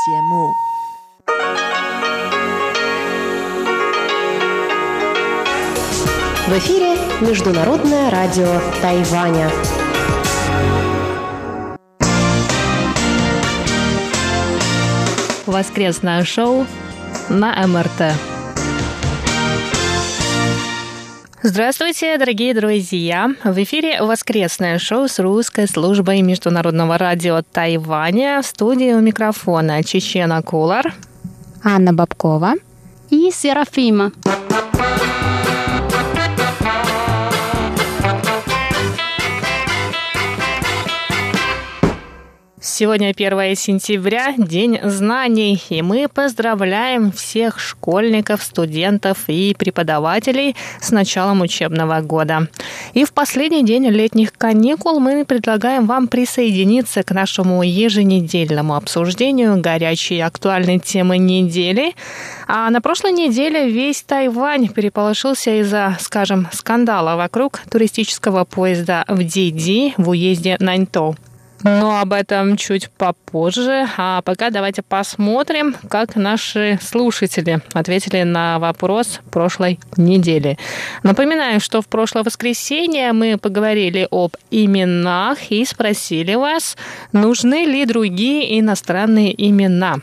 В эфире Международное радио Тайваня. Воскресное шоу на МРТ. Здравствуйте, дорогие друзья! В эфире воскресное шоу с русской службой Международного радио Тайваня. В студии у микрофона Чечена Кулар, Анна Бабкова и Серафима. Сегодня 1 сентября, День знаний, и мы поздравляем всех школьников, студентов и преподавателей с началом учебного года. И в последний день летних каникул мы предлагаем вам присоединиться к нашему еженедельному обсуждению горячей и актуальной темы недели. А на прошлой неделе весь Тайвань переполошился из-за, скажем, скандала вокруг туристического поезда в Диди в уезде Наньтоу. Но об этом чуть попозже. А пока давайте посмотрим, как наши слушатели ответили на вопрос прошлой недели. Напоминаю, что в прошлое воскресенье мы поговорили об именах и спросили вас, нужны ли другие иностранные имена.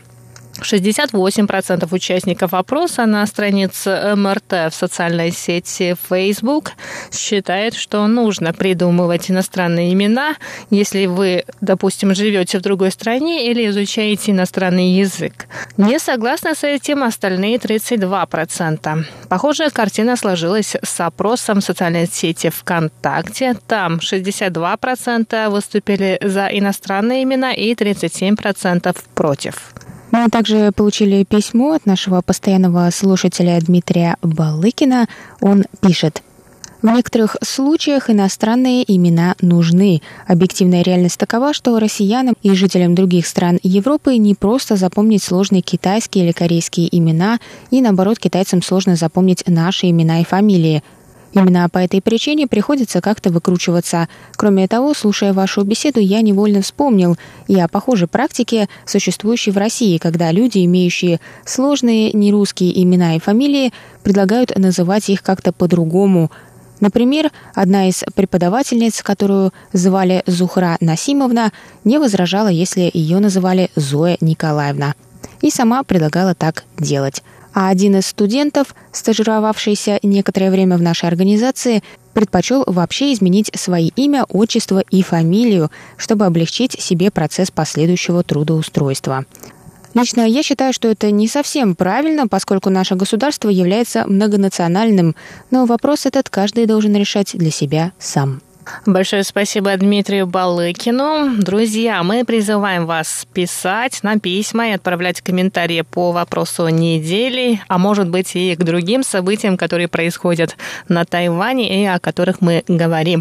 68% участников опроса на странице МРТ в социальной сети Facebook считают, что нужно придумывать иностранные имена, если вы, допустим, живете в другой стране или изучаете иностранный язык. Не согласны с этим остальные 32%. Похожая картина сложилась с опросом в социальной сети ВКонтакте. Там 62% выступили за иностранные имена и 37% против. Мы также получили письмо от нашего постоянного слушателя Дмитрия Балыкина. Он пишет: в некоторых случаях иностранные имена нужны. Объективная реальность такова, что россиянам и жителям других стран Европы не просто запомнить сложные китайские или корейские имена, и наоборот, китайцам сложно запомнить наши имена и фамилии. Именно по этой причине приходится как-то выкручиваться. Кроме того, слушая вашу беседу, я невольно вспомнил и о похожей практике, существующей в России, когда люди, имеющие сложные нерусские имена и фамилии, предлагают называть их как-то по-другому. Например, одна из преподавательниц, которую звали Зухра Насимовна, не возражала, если ее называли Зоя Николаевна, и сама предлагала так делать. А один из студентов, стажировавшийся некоторое время в нашей организации, предпочел вообще изменить свои имя, отчество и фамилию, чтобы облегчить себе процесс последующего трудоустройства. Лично я считаю, что это не совсем правильно, поскольку наше государство является многонациональным, но вопрос этот каждый должен решать для себя сам. Большое спасибо Дмитрию Балыкину. Друзья, мы призываем вас писать нам письма и отправлять комментарии по вопросу недели, а может быть и к другим событиям, которые происходят на Тайване и о которых мы говорим.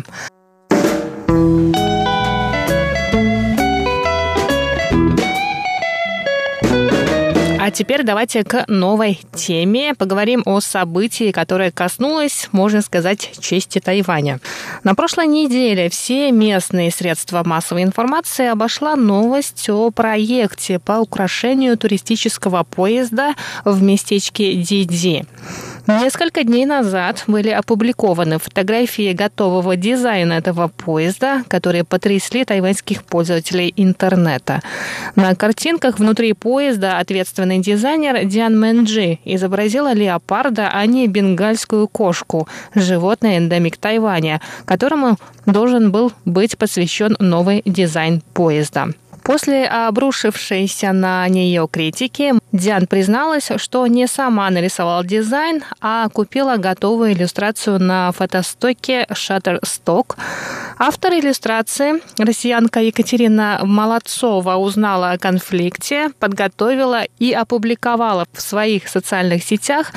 А теперь давайте к новой теме. Поговорим о событии, которое коснулось, можно сказать, чести Тайваня. На прошлой неделе все местные средства массовой информации обошла новость о проекте по украшению туристического поезда в местечке Диди. Несколько дней назад были опубликованы фотографии готового дизайна этого поезда, которые потрясли тайваньских пользователей интернета. На картинках внутри поезда ответственный дизайнер Диан Мэнджи изобразила леопарда, а не бенгальскую кошку, животное эндемик Тайваня, которому должен был быть посвящен новый дизайн поезда. После обрушившейся на нее критики, Диан призналась, что не сама нарисовала дизайн, а купила готовую иллюстрацию на фотостоке Shutterstock. Автор иллюстрации, россиянка Екатерина Молодцова, узнала о конфликте, подготовила и опубликовала в своих социальных сетях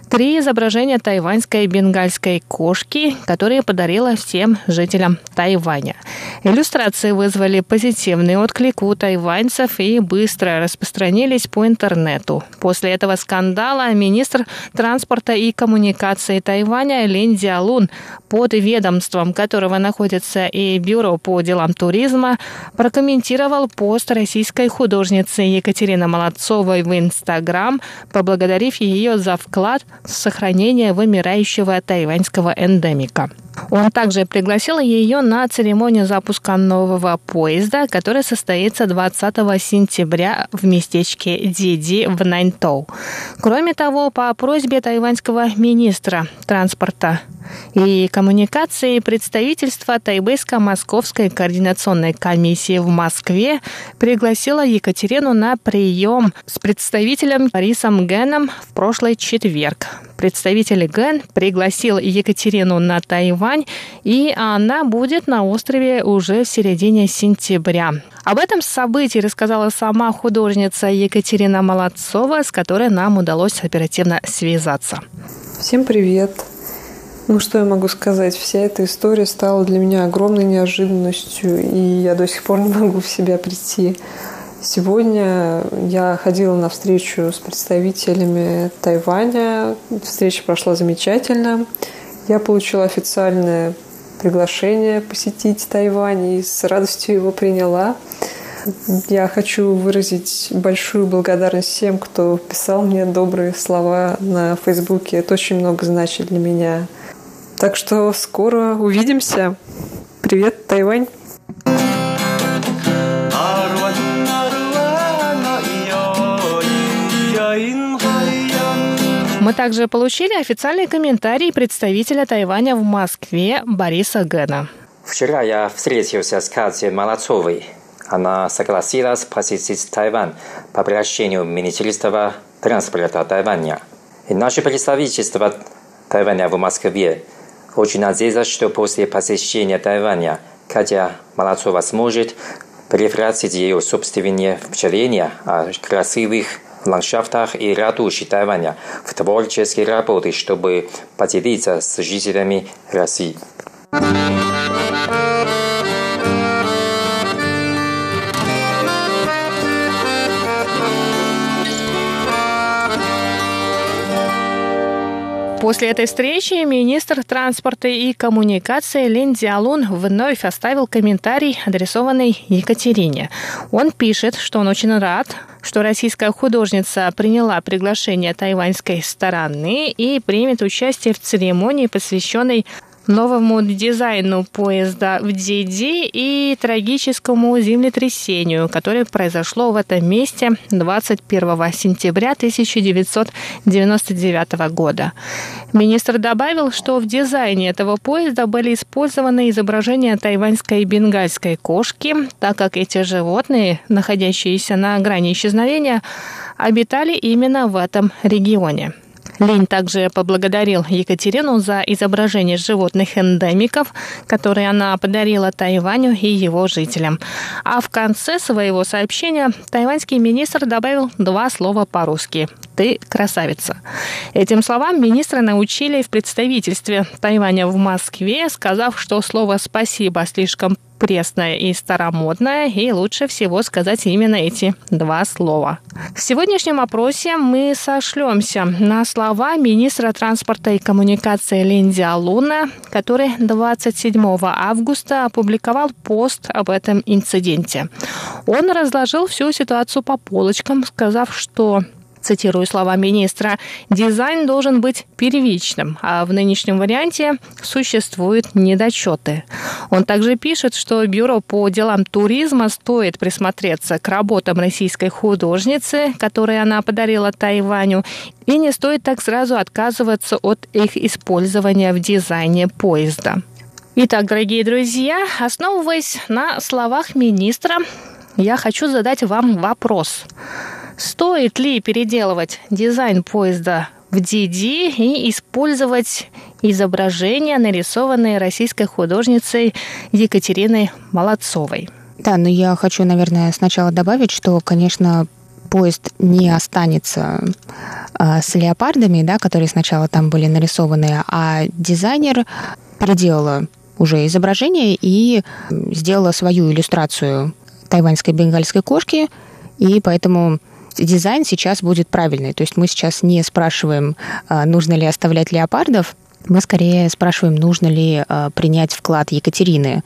3 изображения тайваньской бенгальской кошки, которые подарила всем жителям Тайваня. Иллюстрации вызвали позитивный отклик у тайваньцев и быстро распространились по интернету. После этого скандала министр транспорта и коммуникации Тайваня Лин Цзялун, под ведомством которого находится и Бюро по делам туризма, прокомментировал пост российской художницы Екатерины Молодцовой в Инстаграм, поблагодарив ее за вклад в сохранение вымирающего тайваньского эндемика. Он также пригласил ее на церемонию запуска нового поезда, который состоится 20 сентября в местечке Диди в Наньтоу. Кроме того, по просьбе тайваньского министра транспорта и коммуникации представительство Тайбэйско-Московской координационной комиссии в Москве пригласило Екатерину на прием с представителем Борисом Гэном в прошлый четверг. Представитель Гэн пригласил Екатерину на Тайвань, и она будет на острове уже в середине сентября. Об этом событии рассказала сама художница Екатерина Молодцова, с которой нам удалось оперативно связаться. Всем привет! Ну, что я могу сказать? Вся эта история стала для меня огромной неожиданностью, и я до сих пор не могу в себя прийти. Сегодня я ходила на встречу с представителями Тайваня. Встреча прошла замечательно. Я получила официальное приглашение посетить Тайвань и с радостью его приняла. Я хочу выразить большую благодарность всем, кто писал мне добрые слова на Фейсбуке. Это очень много значит для меня. Так что скоро увидимся. Привет, Тайвань! Мы также получили официальный комментарий представителя Тайваня в Москве Бориса Гэна. Вчера я встретился с Катей Молодцовой. Она согласилась посетить Тайвань по приглашению Министерства транспорта Тайваня. И наше представительство Тайваня в Москве очень надеется, что после посещения Тайваня Катя Молодцова сможет превратить ее собственные впечатления о красивых ландшафтах и ратуши Тайваня в творческие работы, чтобы поделиться с жителями России. После этой встречи министр транспорта и коммуникации Лин Цзялун вновь оставил комментарий, адресованный Екатерине. Он пишет, что он очень рад, что российская художница приняла приглашение тайваньской стороны и примет участие в церемонии, посвященной новому дизайну поезда в Диди и трагическому землетрясению, которое произошло в этом месте 21 сентября 1999 года. Министр добавил, что в дизайне этого поезда были использованы изображения тайваньской бенгальской кошки, так как эти животные, находящиеся на грани исчезновения, обитали именно в этом регионе. Лин также поблагодарил Екатерину за изображение животных-эндемиков, которые она подарила Тайваню и его жителям. А в конце своего сообщения тайваньский министр добавил 2 слова по-русски: «Ты красавица». Этим словам министра научили в представительстве Тайваня в Москве, сказав, что слово «спасибо» слишком пресное и старомодное, и лучше всего сказать именно эти 2 слова. В сегодняшнем опросе мы сошлемся на слова министра транспорта и коммуникации Лин Цзялуна, который 27 августа опубликовал пост об этом инциденте. Он разложил всю ситуацию по полочкам, сказав, что, цитирую слова министра, «дизайн должен быть первичным, а в нынешнем варианте существуют недочеты». Он также пишет, что Бюро по делам туризма стоит присмотреться к работам российской художницы, которые она подарила Тайваню, и не стоит так сразу отказываться от их использования в дизайне поезда. Итак, дорогие друзья, основываясь на словах министра, я хочу задать вам вопрос. Стоит ли переделывать дизайн поезда в Диди и использовать изображения, нарисованные российской художницей Екатериной Молодцовой? Да, но я хочу, наверное, сначала добавить, что, конечно, поезд не останется с леопардами, да, которые сначала там были нарисованы, а дизайнер переделала уже изображение и сделала свою иллюстрацию тайваньской бенгальской кошки, и поэтому дизайн сейчас будет правильный. То есть мы сейчас не спрашиваем, нужно ли оставлять леопардов, мы скорее спрашиваем, нужно ли принять вклад Екатерины.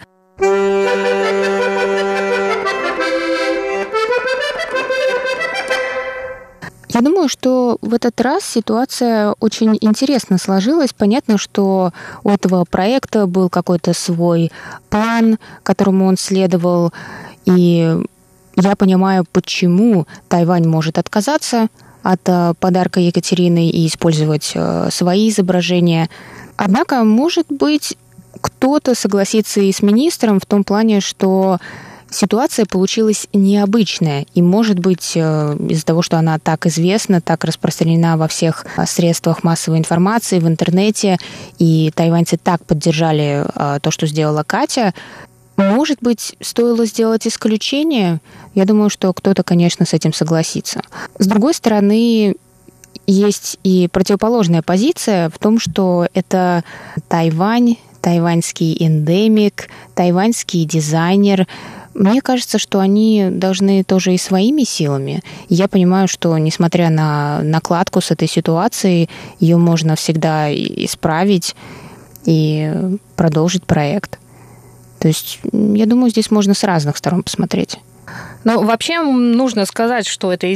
Я думаю, что в этот раз ситуация очень интересно сложилась. Понятно, что у этого проекта был какой-то свой план, которому он следовал. И я понимаю, почему Тайвань может отказаться от подарка Екатерины и использовать свои изображения. Однако, может быть, кто-то согласится и с министром в том плане, что ситуация получилась необычная. И, может быть, из-за того, что она так известна, так распространена во всех средствах массовой информации, в интернете, и тайваньцы так поддержали то, что сделала Катя, может быть, стоило сделать исключение. Я думаю, что кто-то, конечно, с этим согласится. С другой стороны, есть и противоположная позиция в том, что это Тайвань, тайваньский эндемик, тайваньский дизайнер. Мне кажется, что они должны тоже и своими силами. Я понимаю, что, несмотря на накладку с этой ситуацией, ее можно всегда исправить и продолжить проект. То есть, я думаю, здесь можно с разных сторон посмотреть. Ну, вообще, нужно сказать, что эта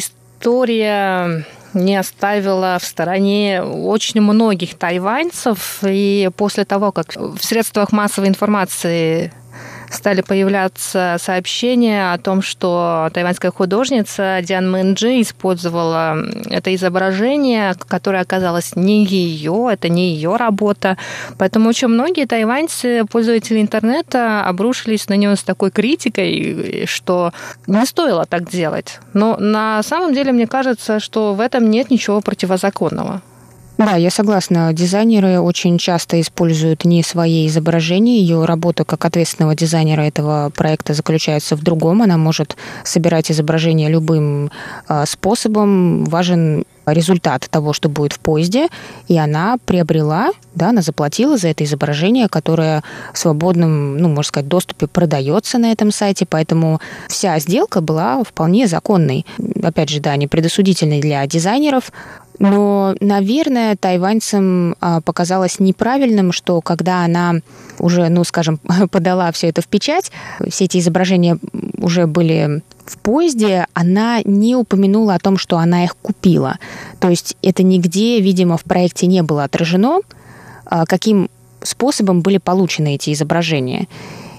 история не оставила в стороне очень многих тайваньцев. И после того, как в средствах массовой информации стали появляться сообщения о том, что тайваньская художница Диан Мэнджи использовала это изображение, которое оказалось не ее, это не ее работа. Поэтому очень многие тайваньцы, пользователи интернета, обрушились на нее с такой критикой, что не стоило так делать. Но на самом деле, мне кажется, что в этом нет ничего противозаконного. Да, я согласна. Дизайнеры очень часто используют не свои изображения. Ее работа как ответственного дизайнера этого проекта заключается в другом. Она может собирать изображения любым способом. Важен результат того, что будет в поезде. И она приобрела, да, она заплатила за это изображение, которое в свободном, можно сказать, доступе продается на этом сайте. Поэтому вся сделка была вполне законной. Опять же, да, не предосудительной для дизайнеров. Но, наверное, тайваньцам показалось неправильным, что когда она уже, скажем, подала все это в печать, все эти изображения уже были в поезде, она не упомянула о том, что она их купила. То есть это нигде, видимо, в проекте не было отражено, каким способом были получены эти изображения.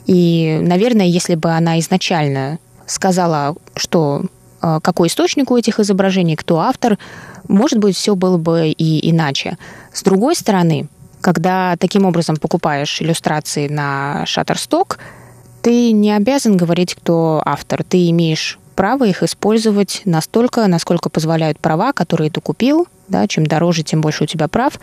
И, наверное, если бы она изначально сказала, что какой источник у этих изображений, кто автор, может быть, все было бы и иначе. С другой стороны, когда таким образом покупаешь иллюстрации на Shutterstock, ты не обязан говорить, кто автор. Ты имеешь право их использовать настолько, насколько позволяют права, которые ты купил. Да, чем дороже, тем больше у тебя прав.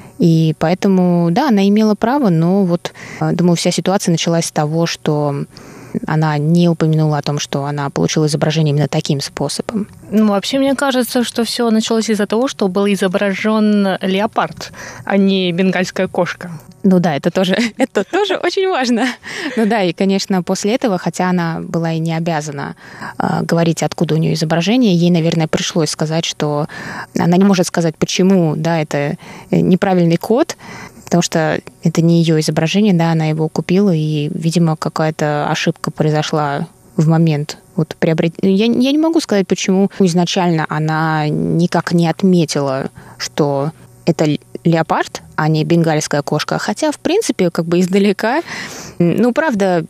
И поэтому, да, она имела право, но думаю, вся ситуация началась с того, что она не упомянула о том, что она получила изображение именно таким способом. Вообще, мне кажется, что все началось из-за того, что был изображен леопард, а не бенгальская кошка. Да, это тоже очень важно. И, конечно, после этого, хотя она была и не обязана говорить, откуда у нее изображение, ей, наверное, пришлось сказать, что она не может сказать, почему, да, это неправильный код, потому что это не ее изображение, да, она его купила, и, видимо, какая-то ошибка произошла в момент приобретения. Я не могу сказать, почему изначально она никак не отметила, что это леопард, а не бенгальская кошка. Хотя, в принципе, издалека, правда,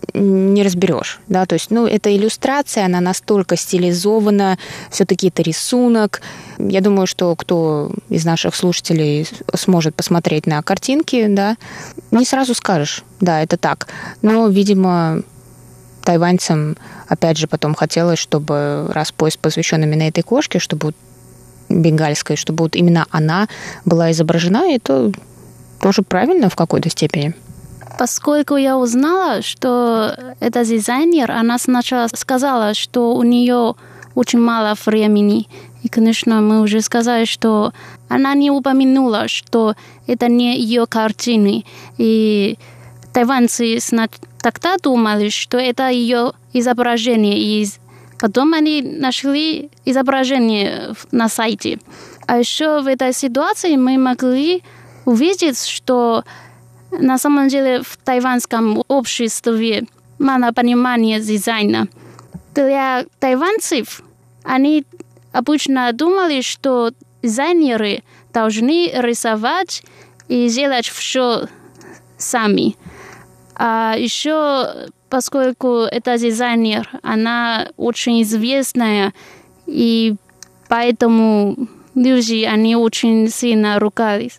не разберешь, да, то есть, эта иллюстрация, она настолько стилизована, все-таки это рисунок. Я думаю, что кто из наших слушателей сможет посмотреть на картинки, да, не сразу скажешь, да, это так. Но, видимо, тайваньцам, опять же, потом хотелось, чтобы раз поезд посвящен именно этой кошке, чтобы бенгальской, чтобы именно она была изображена, и это тоже правильно в какой-то степени. Поскольку я узнала, что эта дизайнер, она сначала сказала, что у нее очень мало времени. И, конечно, мы уже сказали, что она не упомянула, что это не ее картины. И тайваньцы тогда думали, что это ее изображение. И потом они нашли изображение на сайте. А еще в этой ситуации мы могли увидеть, что на самом деле в тайваньском обществе мало понимания дизайна. Для тайваньцев они обычно думали, что дизайнеры должны рисовать и делать все сами. А еще, поскольку это дизайнер, она очень известная, и поэтому люди, они очень сильно ругались.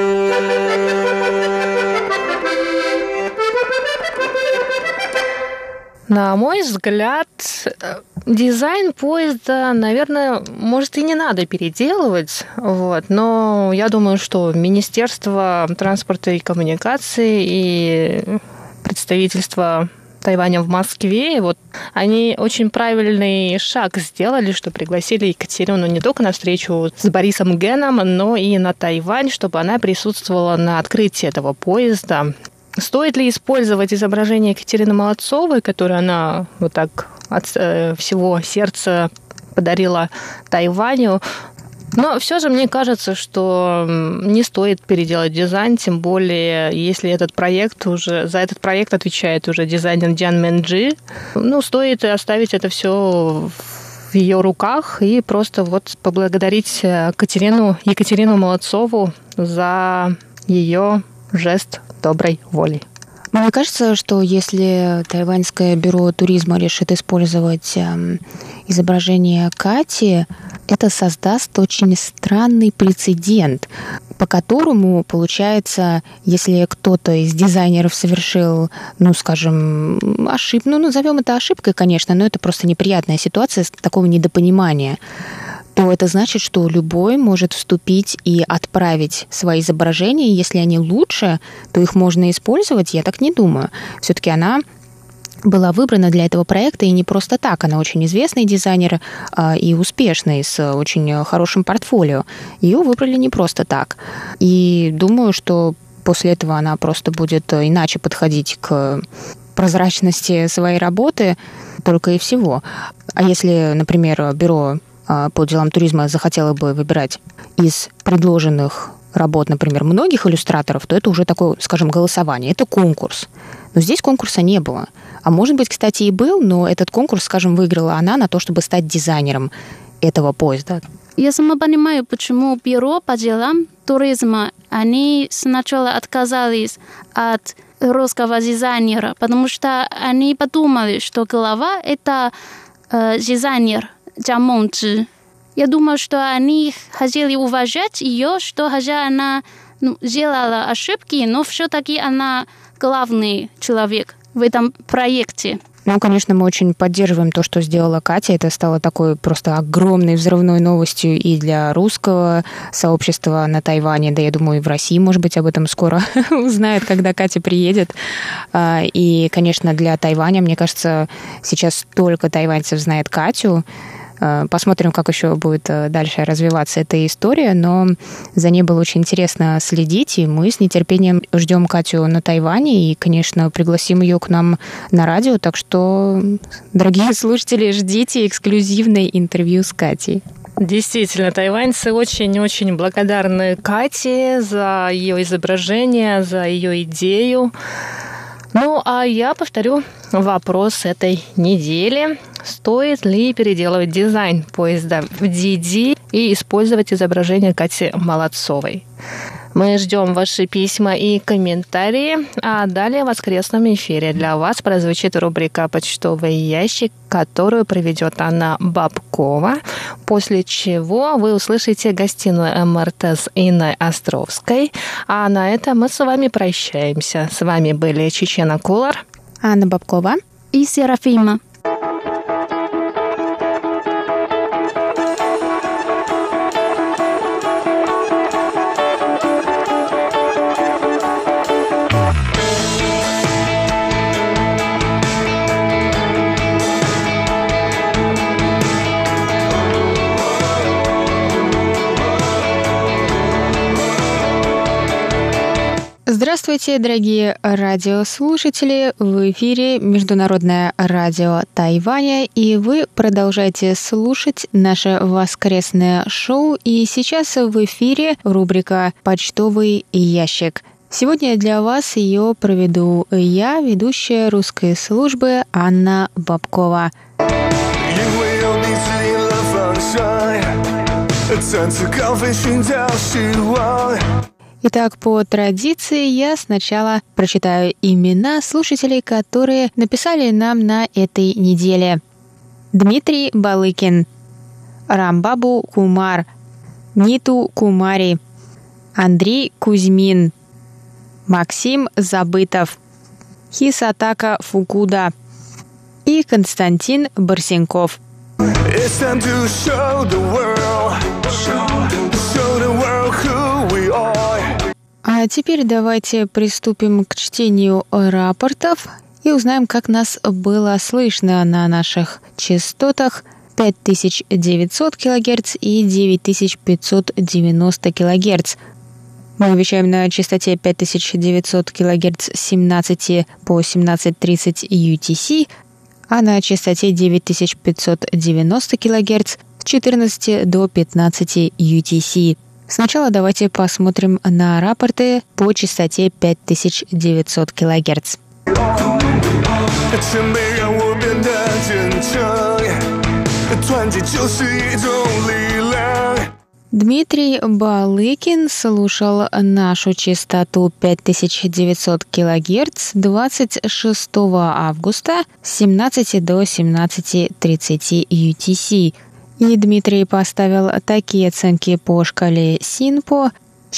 На мой взгляд, дизайн поезда, наверное, может и не надо переделывать, но я думаю, что Министерство транспорта и коммуникаций и представительство Тайваня в Москве, они очень правильный шаг сделали, что пригласили Екатерину не только на встречу с Борисом Геном, но и на Тайвань, чтобы она присутствовала на открытии этого поезда. Стоит ли использовать изображение Екатерины Молодцовой, которое она так от всего сердца подарила Тайваню? Но все же мне кажется, что не стоит переделать дизайн, тем более, если за этот проект отвечает уже дизайнер Дзян Мэнджи. Стоит оставить это все в ее руках и просто поблагодарить Екатерину Молодцову за ее жест доброй воли. Мне кажется, что если Тайваньское бюро туризма решит использовать изображение Кати, это создаст очень странный прецедент, по которому, получается, если кто-то из дизайнеров совершил, ошибку, назовем это ошибкой, конечно, но это просто неприятная ситуация такого недопонимания, то это значит, что любой может вступить и отправить свои изображения. Если они лучше, то их можно использовать, я так не думаю. Все-таки она была выбрана для этого проекта и не просто так. Она очень известный дизайнер и успешный, с очень хорошим портфолио. Ее выбрали не просто так. И думаю, что после этого она просто будет иначе подходить к прозрачности своей работы только и всего. А если, например, бюро по делам туризма захотела бы выбирать из предложенных работ, например, многих иллюстраторов, то это уже такое, скажем, голосование, это конкурс. Но здесь конкурса не было. А может быть, кстати, и был, но этот конкурс, скажем, выиграла она на то, чтобы стать дизайнером этого поезда. Я сама понимаю, почему бюро по делам туризма, они сначала отказались от русского дизайнера, потому что они подумали, что глава – это дизайнер Джан Мэнджи. Я думаю, что они хотели уважать ее, что хотя она делала ошибки, но все-таки она главный человек в этом проекте. Конечно, мы очень поддерживаем то, что сделала Катя. Это стало такой просто огромной взрывной новостью и для русского сообщества на Тайване, да, я думаю, и в России, может быть, об этом скоро узнают, когда Катя приедет. И, конечно, для Тайваня, мне кажется, сейчас столько тайваньцев знает Катю. Посмотрим, как еще будет дальше развиваться эта история, но за ней было очень интересно следить, и мы с нетерпением ждем Катю на Тайване и, конечно, пригласим ее к нам на радио, так что, дорогие слушатели, ждите эксклюзивное интервью с Катей. Действительно, тайваньцы очень-очень благодарны Кате за ее изображение, за ее идею. А я повторю вопрос этой недели. Стоит ли переделывать дизайн поезда в DD и использовать изображение Кати Молодцовой? Мы ждем ваши письма и комментарии, а далее в воскресном эфире для вас прозвучит рубрика «Почтовый ящик», которую проведет Анна Бабкова, после чего вы услышите гостиную МРТ с Инной Островской. А на этом мы с вами прощаемся. С вами были Чечена Кулар, Анна Бабкова и Серафима. Здравствуйте, дорогие радиослушатели! В эфире Международное радио Тайваня, и вы продолжаете слушать наше воскресное шоу. И сейчас в эфире рубрика «Почтовый ящик». Сегодня для вас ее проведу я, ведущая русской службы Анна Бабкова. Итак, по традиции я сначала прочитаю имена слушателей, которые написали нам на этой неделе. Дмитрий Балыкин, Рамбабу Кумар, Ниту Кумари, Андрей Кузьмин, Максим Забытов, Хисатака Фукуда и Константин Барсенков. А теперь давайте приступим к чтению рапортов и узнаем, как нас было слышно на наших частотах 5900 кГц и 9590 кГц. Мы вещаем на частоте 5900 кГц с 17 по 17:30 UTC, а на частоте 9590 кГц с 14 до 15 UTC. Сначала давайте посмотрим на рапорты по частоте 5900 кГц. Дмитрий Балыкин слушал нашу частоту 5900 кГц 26 августа с 17 до 17:30 UTC. И Дмитрий поставил такие оценки по шкале СИНПО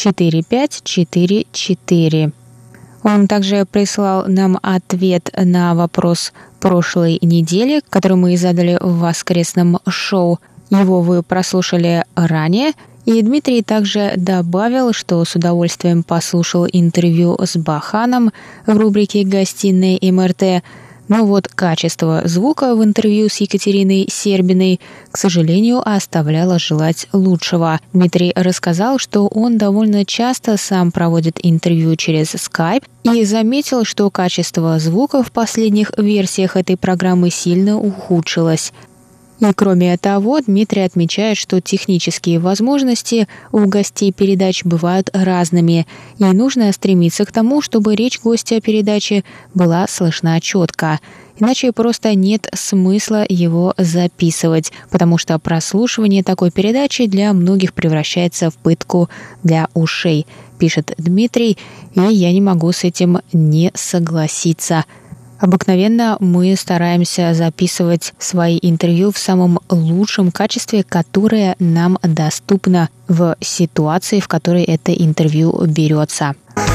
4-5-4-4. Он также прислал нам ответ на вопрос прошлой недели, который мы задали в воскресном шоу. Его вы прослушали ранее. И Дмитрий также добавил, что с удовольствием послушал интервью с Баханом в рубрике «Гостиная МРТ». Но вот качество звука в интервью с Екатериной Сербиной, к сожалению, оставляло желать лучшего. Дмитрий рассказал, что он довольно часто сам проводит интервью через Skype и заметил, что качество звука в последних версиях этой программы сильно ухудшилось. И кроме того, Дмитрий отмечает, что технические возможности у гостей передач бывают разными, и нужно стремиться к тому, чтобы речь гостя передачи была слышна четко. Иначе просто нет смысла его записывать, потому что прослушивание такой передачи для многих превращается в пытку для ушей, пишет Дмитрий, и я не могу с этим не согласиться. Обыкновенно мы стараемся записывать свои интервью в самом лучшем качестве, которое нам доступно в ситуации, в которой это интервью берется.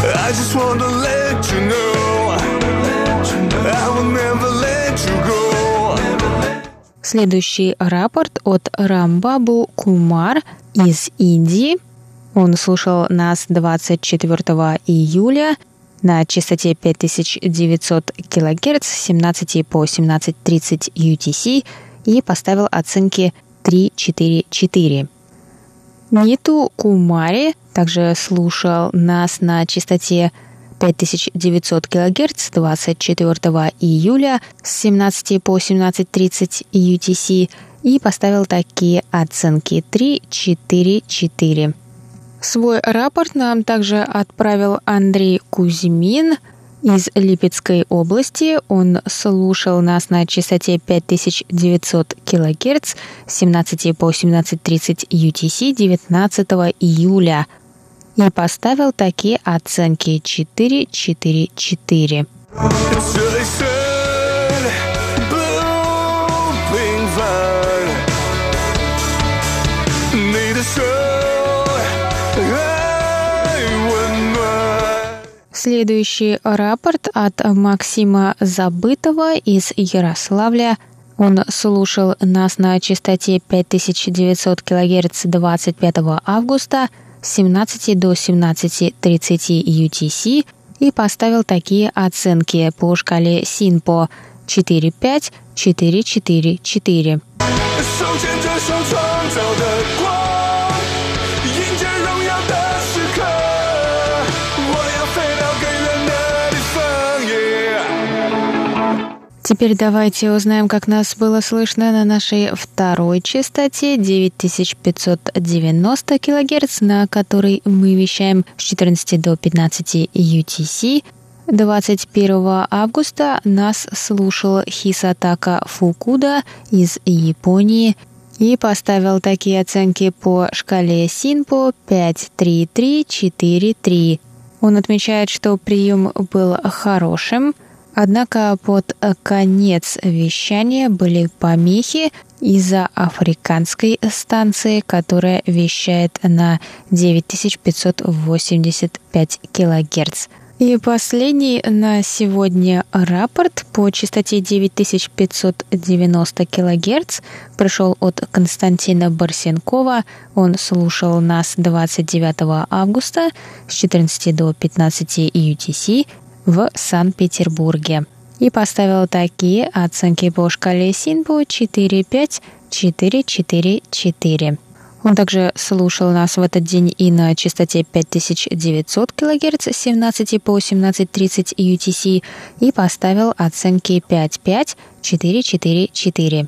Следующий рапорт от Рамбабу Кумар из Индии. Он слушал нас 24 июля на частоте 5900 кГц с 17 по 17:30 UTC и поставил оценки 3-4-4. Ниту Кумари также слушал нас на частоте 5900 кГц 24 июля с 17 по 17:30 UTC и поставил такие оценки 3-4-4. Свой рапорт нам также отправил Андрей Кузьмин из Липецкой области. Он слушал нас на частоте 5900 кГц с 17 по 17:30 UTC 19 июля и поставил такие оценки 4-4-4. Следующий рапорт от Максима Забытова из Ярославля. Он слушал нас на частоте 5900 кГц 25 августа с 17 до 17:30 UTC и поставил такие оценки по шкале СИНПО 4-5, 4-4-4. Теперь давайте узнаем, как нас было слышно на нашей второй частоте 9590 кГц, на которой мы вещаем с 14 до 15 UTC. 21 августа нас слушал Хисатака Фукуда из Японии и поставил такие оценки по шкале Синпо 5-3-3-4-3. Он отмечает, что прием был хорошим, однако под конец вещания были помехи из-за африканской станции, которая вещает на 9585 кГц. И последний на сегодня рапорт по частоте 9590 кГц пришел от Константина Барсенкова. Он слушал нас 29 августа с 14 до 15 UTC в Санкт-Петербурге и поставил такие оценки по шкале Синпо 4-5-4-4-4. Он также слушал нас в этот день и на частоте 5900 кГц с 17 по 17:30 UTC и поставил оценки 5-5-4-4-4.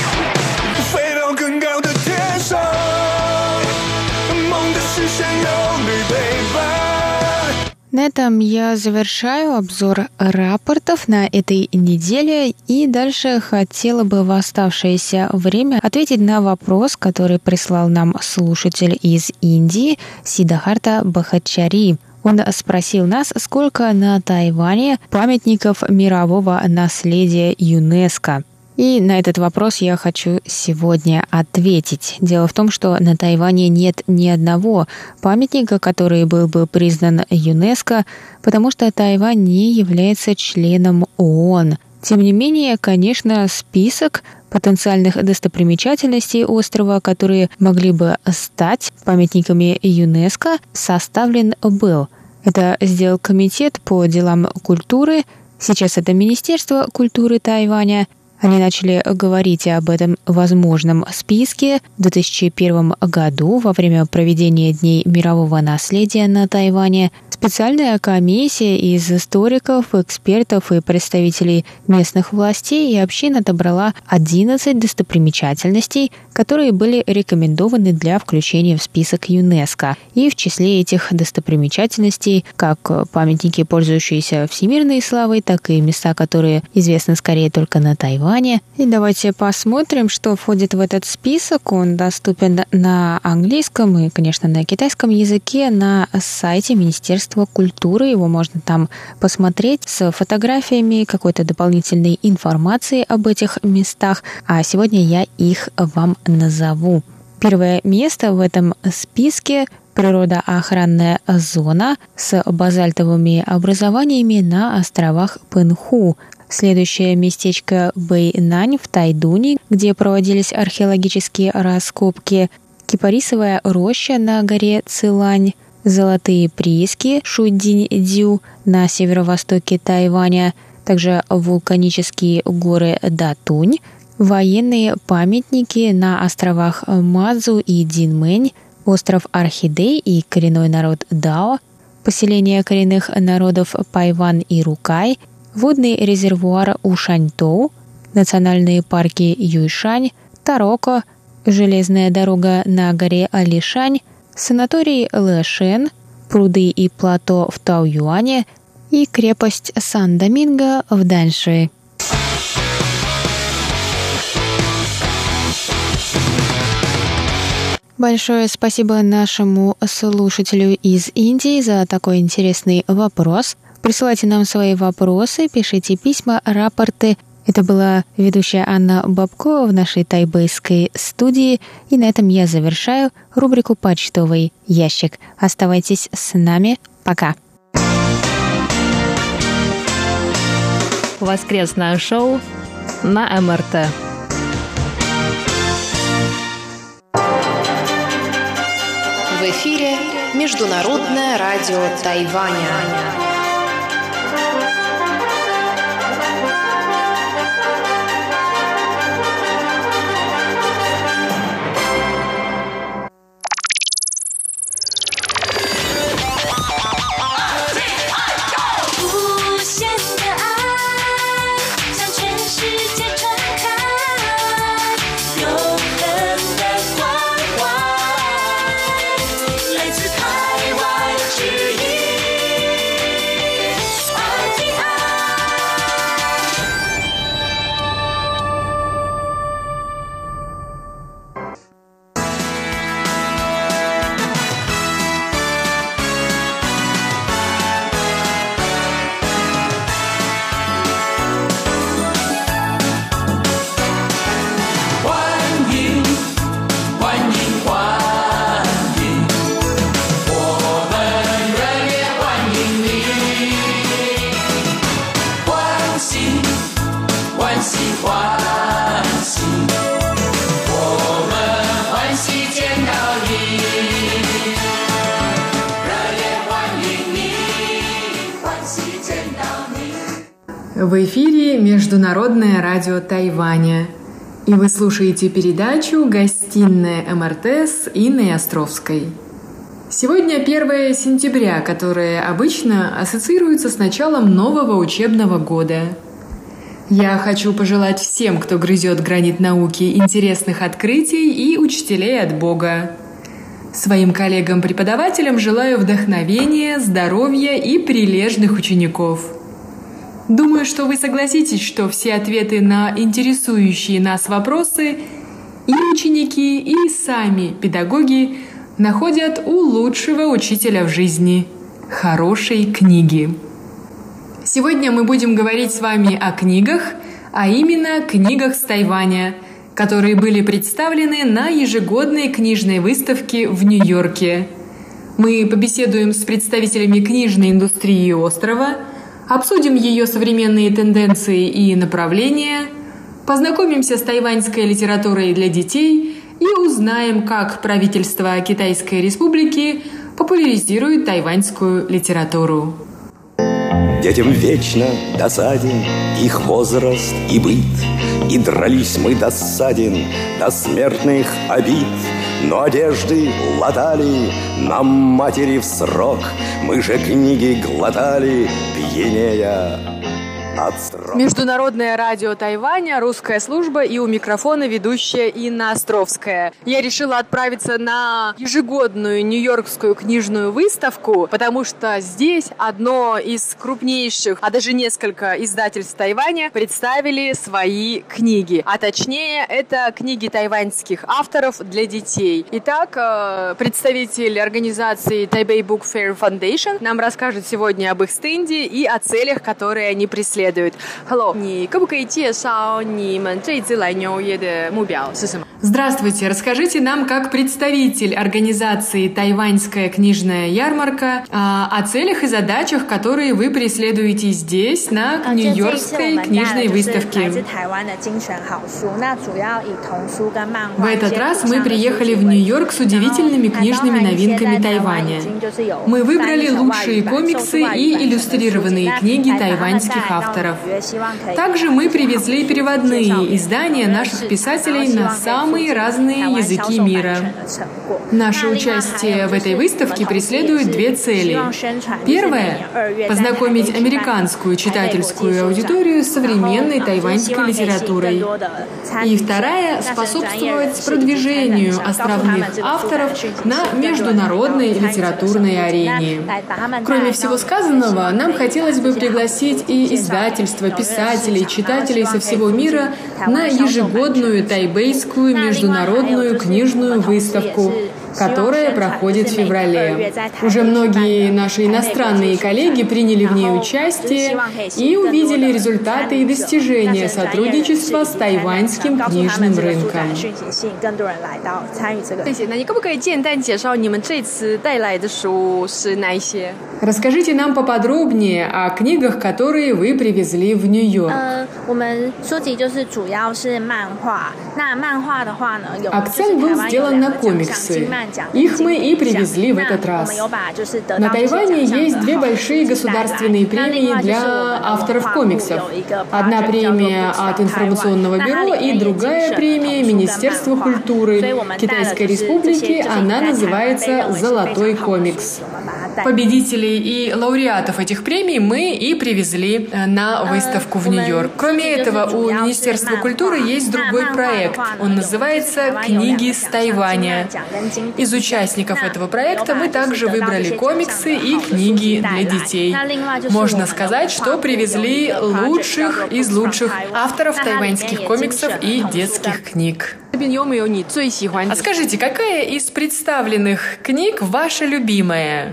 На этом я завершаю обзор рапортов на этой неделе и дальше хотела бы в оставшееся время ответить на вопрос, который прислал нам слушатель из Индии Сиддхарта Бахачари. Он спросил нас, сколько на Тайване памятников мирового наследия ЮНЕСКО. И на этот вопрос я хочу сегодня ответить. Дело в том, что на Тайване нет ни одного памятника, который был бы признан ЮНЕСКО, потому что Тайвань не является членом ООН. Тем не менее, конечно, список потенциальных достопримечательностей острова, которые могли бы стать памятниками ЮНЕСКО, составлен был. Это сделал Комитет по делам культуры, сейчас это Министерство культуры Тайваня. Они начали говорить об этом возможном списке в 2001 году во время проведения Дней мирового наследия на Тайване. Специальная комиссия из историков, экспертов и представителей местных властей и общин отобрала 11 достопримечательностей, которые были рекомендованы для включения в список ЮНЕСКО. И в числе этих достопримечательностей как памятники, пользующиеся всемирной славой, так и места, которые известны скорее только на Тайване. И давайте посмотрим, что входит в этот список. Он доступен на английском и, конечно, на китайском языке на сайте Министерства культуры. Его можно там посмотреть с фотографиями, какой-то дополнительной информацией об этих местах. А сегодня я их вам назову. Первое место в этом списке – природоохранная зона с базальтовыми образованиями на островах Пэнху. Следующее местечко Бэйнань в Тайдуне, где проводились археологические раскопки. Кипарисовая роща на горе Цилань. Золотые прииски Шудинь-Дю на северо-востоке Тайваня. Также вулканические горы Датунь. Военные памятники на островах Мадзу и Динмэнь. Остров Орхидей и коренной народ Дао. Поселение коренных народов Пайван и Рукай. Водный резервуар Ушаньтоу, национальные парки Юйшань, Тароко, железная дорога на горе Алишань, санаторий Лэшен, пруды и плато в Таоюане и крепость Сан-Доминго в Даньши. Большое спасибо нашему слушателю из Индии за такой интересный вопрос. Присылайте нам свои вопросы, пишите письма, рапорты. Это была ведущая Анна Бабко в нашей тайбэйской студии. И на этом я завершаю рубрику «Почтовый ящик». Оставайтесь с нами. Пока. Воскресное шоу на МРТ. В эфире Международное радио Тайваня. В эфире Международное радио Тайваня. И вы слушаете передачу «Гостиная МРТ» с Инной Островской. Сегодня 1 сентября, которое обычно ассоциируется с началом нового учебного года. Я хочу пожелать всем, кто грызет гранит науки, интересных открытий и учителей от Бога. Своим коллегам-преподавателям желаю вдохновения, здоровья и прилежных учеников. Думаю, что вы согласитесь, что все ответы на интересующие нас вопросы и ученики, и сами педагоги находят у лучшего учителя в жизни – хорошей книги. Сегодня мы будем говорить с вами о книгах, а именно книгах с Тайваня, которые были представлены на ежегодной книжной выставке в Нью-Йорке. Мы побеседуем с представителями книжной индустрии острова, обсудим ее современные тенденции и направления, познакомимся с тайваньской литературой для детей и узнаем, как правительство Китайской Республики популяризирует тайваньскую литературу. Детям вечно досаден их возраст и быт, и дрались мы досаден до смертных обид. Но одежды латали нам матери в срок, мы же книги глотали, пьянея от строк. Международное радио Тайваня, русская служба, и у микрофона ведущая Инна Островская. Я решила отправиться на ежегодную нью-йоркскую книжную выставку, потому что здесь одно из крупнейших, а даже несколько издательств Тайваня представили свои книги. А точнее, это книги тайваньских авторов для детей. Итак, представитель организации Taipei Book Fair Foundation нам расскажет сегодня об их стенде и о целях, которые они преследуют. Hello, 你可不可以介绍你们这一次来纽约的目标是什么? Здравствуйте, расскажите нам, как представитель организации «Тайваньская книжная ярмарка», о целях и задачах, которые вы преследуете здесь, на Нью-Йоркской книжной выставке. В этот раз мы приехали в Нью-Йорк с удивительными книжными новинками Тайваня. Мы выбрали лучшие комиксы и иллюстрированные книги тайваньских авторов. Также мы привезли переводные издания наших писателей на самые разные языки мира. Наше участие в этой выставке преследует две цели. Первая – познакомить американскую читательскую аудиторию с современной тайваньской литературой. И вторая – способствовать продвижению островных авторов на международной литературной арене. Кроме всего сказанного, нам хотелось бы пригласить и издательства, писателей, читателей со всего мира на ежегодную тайбэйскую международную книжную выставку, которая проходит в феврале. Уже многие наши иностранные коллеги приняли в ней участие и увидели результаты и достижения сотрудничества с тайваньским книжным рынком. Расскажите нам поподробнее о книгах, которые вы привезли в Нью-Йорк. Акцент был сделан на комиксы. Их мы и привезли в этот раз. На Тайване есть две большие государственные премии для авторов комиксов. Одна премия от Информационного бюро и другая премия Министерства культуры Китайской Республики. Она называется «Золотой комикс». Победителей и лауреатов этих премий мы и привезли на выставку в Нью-Йорк. Кроме этого, у Министерства культуры есть другой проект. Он называется «Книги с Тайваня». Из участников этого проекта мы также выбрали комиксы и книги для детей. Можно сказать, что привезли лучших из лучших авторов тайваньских комиксов и детских книг. А скажите, какая из представленных книг ваша любимая?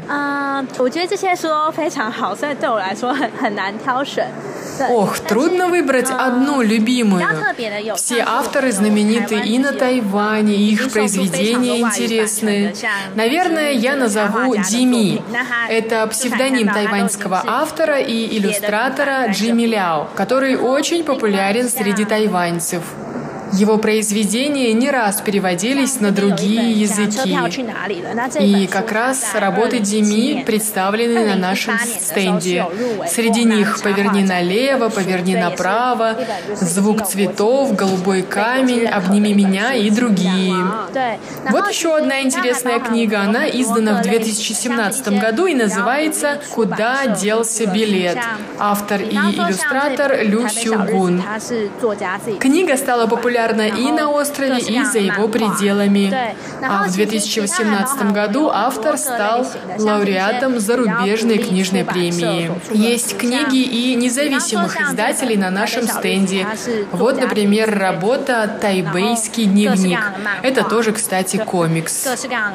Ох, трудно выбрать одну любимую. Все авторы знамениты и на Тайване, и их произведения интересны. Наверное, я назову Дими. Это псевдоним тайваньского автора и иллюстратора Джимми Ляо, который очень популярен среди тайваньцев. Его произведения не раз переводились на другие языки. И как раз работы Дими представлены на нашем стенде. Среди них «Поверни налево», «Поверни направо», «Звук цветов», «Голубой камень», «Обними меня» и другие. Вот еще одна интересная книга. Она издана в 2017 году и называется «Куда делся билет?». Автор и иллюстратор Лю Сю Гун. Книга стала популярна и на острове, и за его пределами. А в 2018 году автор стал лауреатом зарубежной книжной премии. Есть книги и независимых издателей на нашем стенде. Вот, например, работа «Тайбэйский дневник». Это тоже, кстати, комикс.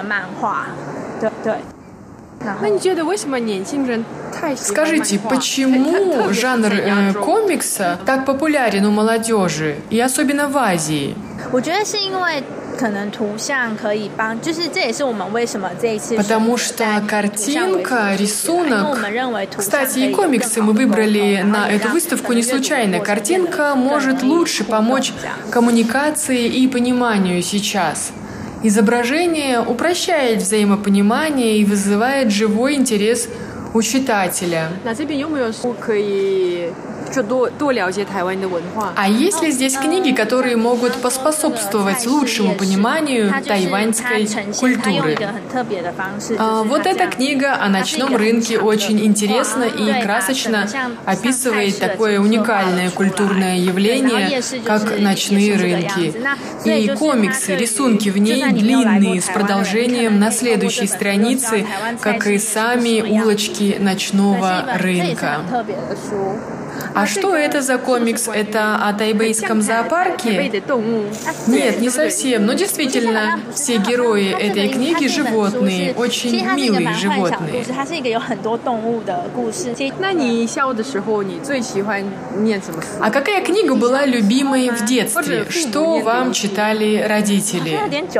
Скажите, почему жанр комикса так популярен у молодежи, и особенно в Азии? Потому что картинка, рисунок... Кстати, и комиксы мы выбрали на эту выставку не случайно. Картинка может лучше помочь коммуникации и пониманию сейчас. Изображение упрощает взаимопонимание и вызывает живой интерес у читателя. А есть ли здесь книги, которые могут поспособствовать лучшему пониманию тайваньской культуры? Вот эта книга о ночном рынке очень интересно и красочно описывает такое уникальное культурное явление, как ночные рынки. И комиксы, рисунки в ней длинные, с продолжением на следующей странице, как и сами улочки ночного рынка. А что это за комикс? Это о тайбэйском зоопарке? Нет, не совсем. Но действительно, все герои этой книги животные, очень милые животные. А какая книга была любимой в детстве? Что вам читали родители?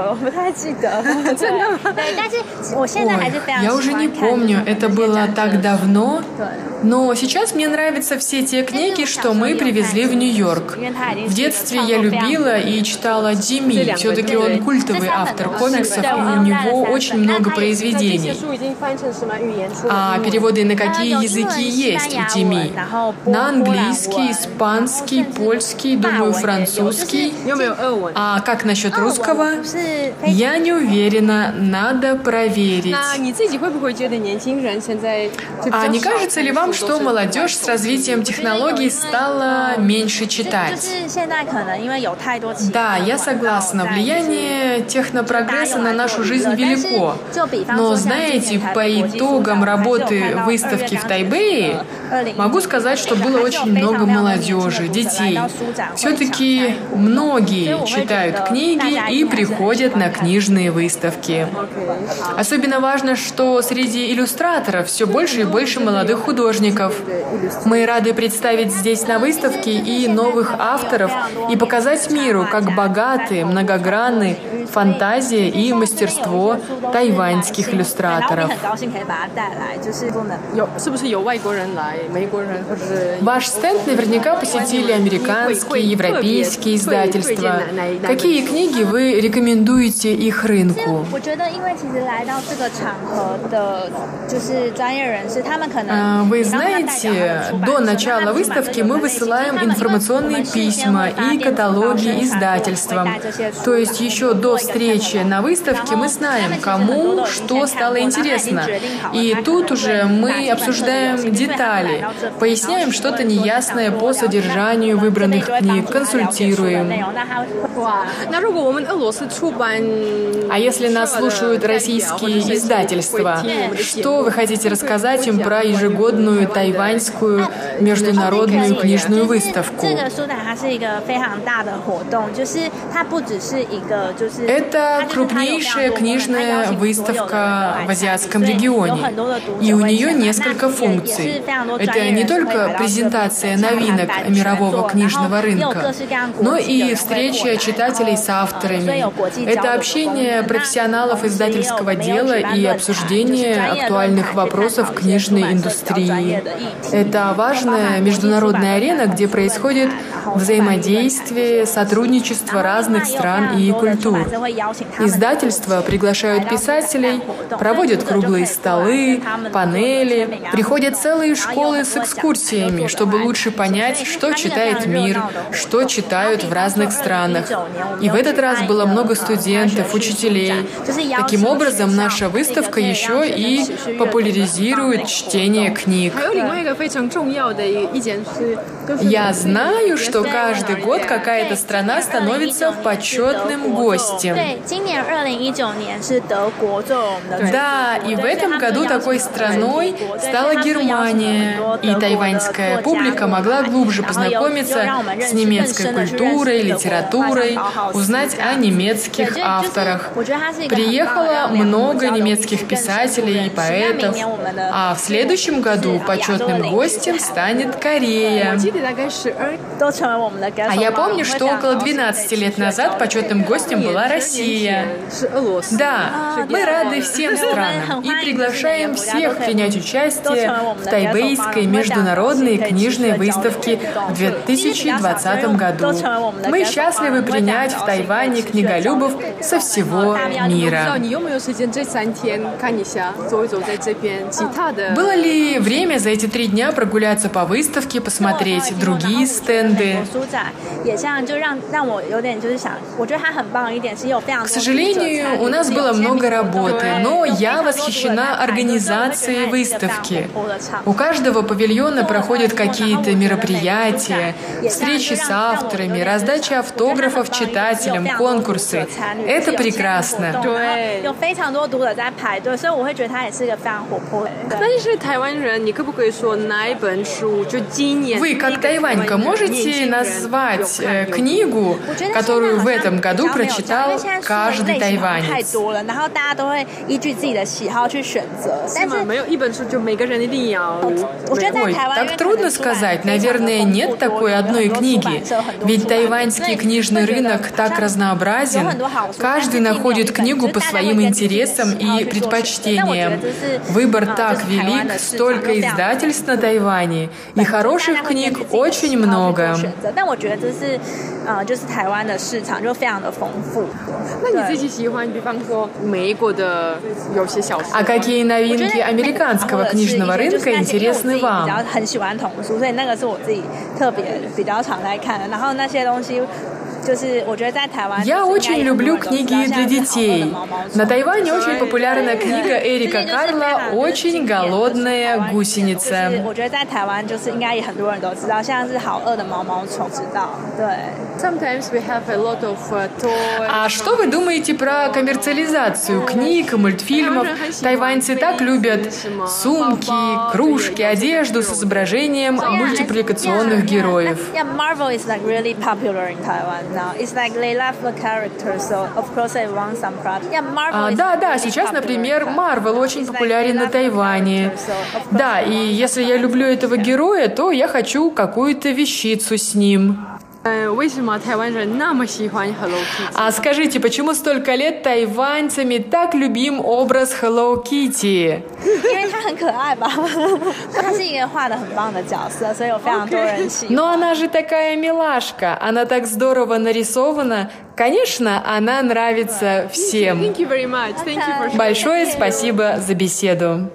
Ой, я уже не помню, это было так давно. Но сейчас мне нравятся все те книги, что мы привезли в Нью-Йорк. В детстве я любила и читала Дими. Все-таки он культовый автор комиксов, и у него очень много произведений. А переводы на какие языки есть у Дими? На английский, испанский, польский, думаю, французский. А как насчет русского? Я не уверена, надо проверить. А не кажется ли вам, что молодежь с развитием технологий стала меньше читать? Да, я согласна. Влияние технопрогресса на нашу жизнь велико. Но, знаете, по итогам работы выставки в Тайбэе могу сказать, что было очень много молодежи, детей. Все-таки многие читают книги и приходят на книжные выставки. Особенно важно, что среди иллюстраторов все больше и больше молодых художников. Мы рады представить здесь на выставке и новых авторов и показать миру, как богаты, многогранны фантазия и мастерство тайваньских иллюстраторов. Ваш стенд наверняка посетили американские, европейские издательства. Какие книги вы рекомендуете их рынку? Вы знаете, до начала выставки мы высылаем информационные письма и каталоги издательствам. То есть еще до встречи на выставке мы знаем, кому что стало интересно. И тут уже мы обсуждаем детали, поясняем что-то неясное по содержанию выбранных книг, консультируем. А если нас слушают российские издательства, что вы хотите рассказать им про ежегодную тайваньскую международную книжную выставку? Это крупнейшая книжная выставка в азиатском регионе, и у нее несколько функций. Это не только презентация новинок мирового книжного рынка, но и встреча читателей с авторами. Это общение профессионалов издательского дела и обсуждение актуальных вопросов книжной индустрии. идеи. Это важная международная арена, где происходит взаимодействие, сотрудничество разных стран и культур. Издательства приглашают писателей, проводят круглые столы, панели, приходят целые школы с экскурсиями, чтобы лучше понять, что читает мир, что читают в разных странах. И в этот раз было много студентов, учителей. Таким образом, наша выставка еще и популяризирует чтение книг. Я знаю, что каждый год какая-то страна становится почетным гостем. Да, и в этом году такой страной стала Германия, и тайваньская публика могла глубже познакомиться с немецкой культурой, литературой, узнать о немецких авторах. Приехало много немецких писателей и поэтов, а в следующем году почетным гостем станет Корея. А я помню, что около 12 лет назад почетным гостем была Россия. Да, мы рады всем странам и приглашаем всех принять участие в Тайбэйской международной книжной выставке в 2020 году. Мы счастливы принять в Тайване книголюбов со всего мира. Было ли время за эти 3 дня прогуляться по выставке, посмотреть другие стенды? К сожалению, у нас было много работы, но я восхищена организацией выставки. У каждого павильона проходят какие-то мероприятия, встречи с авторами, раздача автографов читателям, конкурсы. Это прекрасно. Вы, как тайванька, можете назвать книгу, которую в этом году прочитал каждый тайванец? Ой, так трудно сказать. Наверное, нет такой одной книги. Ведь тайваньский книжный рынок так разнообразен. Каждый находит книгу по своим интересам и предпочтениям. Выбор так велик, столько издательств на Тайване, и хороших книг очень много. А какие новинки американского книжного рынка интересны вам? Я очень люблю книги для детей. На Тайване очень популярна книга Эрика Карла «Очень голодная гусеница». А что вы думаете про коммерциализацию книг, мультфильмов? Тайваньцы так любят сумки, кружки, одежду с изображением мультипликационных героев. Да, сейчас, например, Марвел очень популярен на Тайване. Да, и если я люблю этого героя, то я хочу какую-то вещицу с ним. А скажите, почему столько лет тайваньцами так любим образ Hello Kitty? Но она же такая милашка, она так здорово нарисована. Конечно, она нравится всем. Большое спасибо за беседу.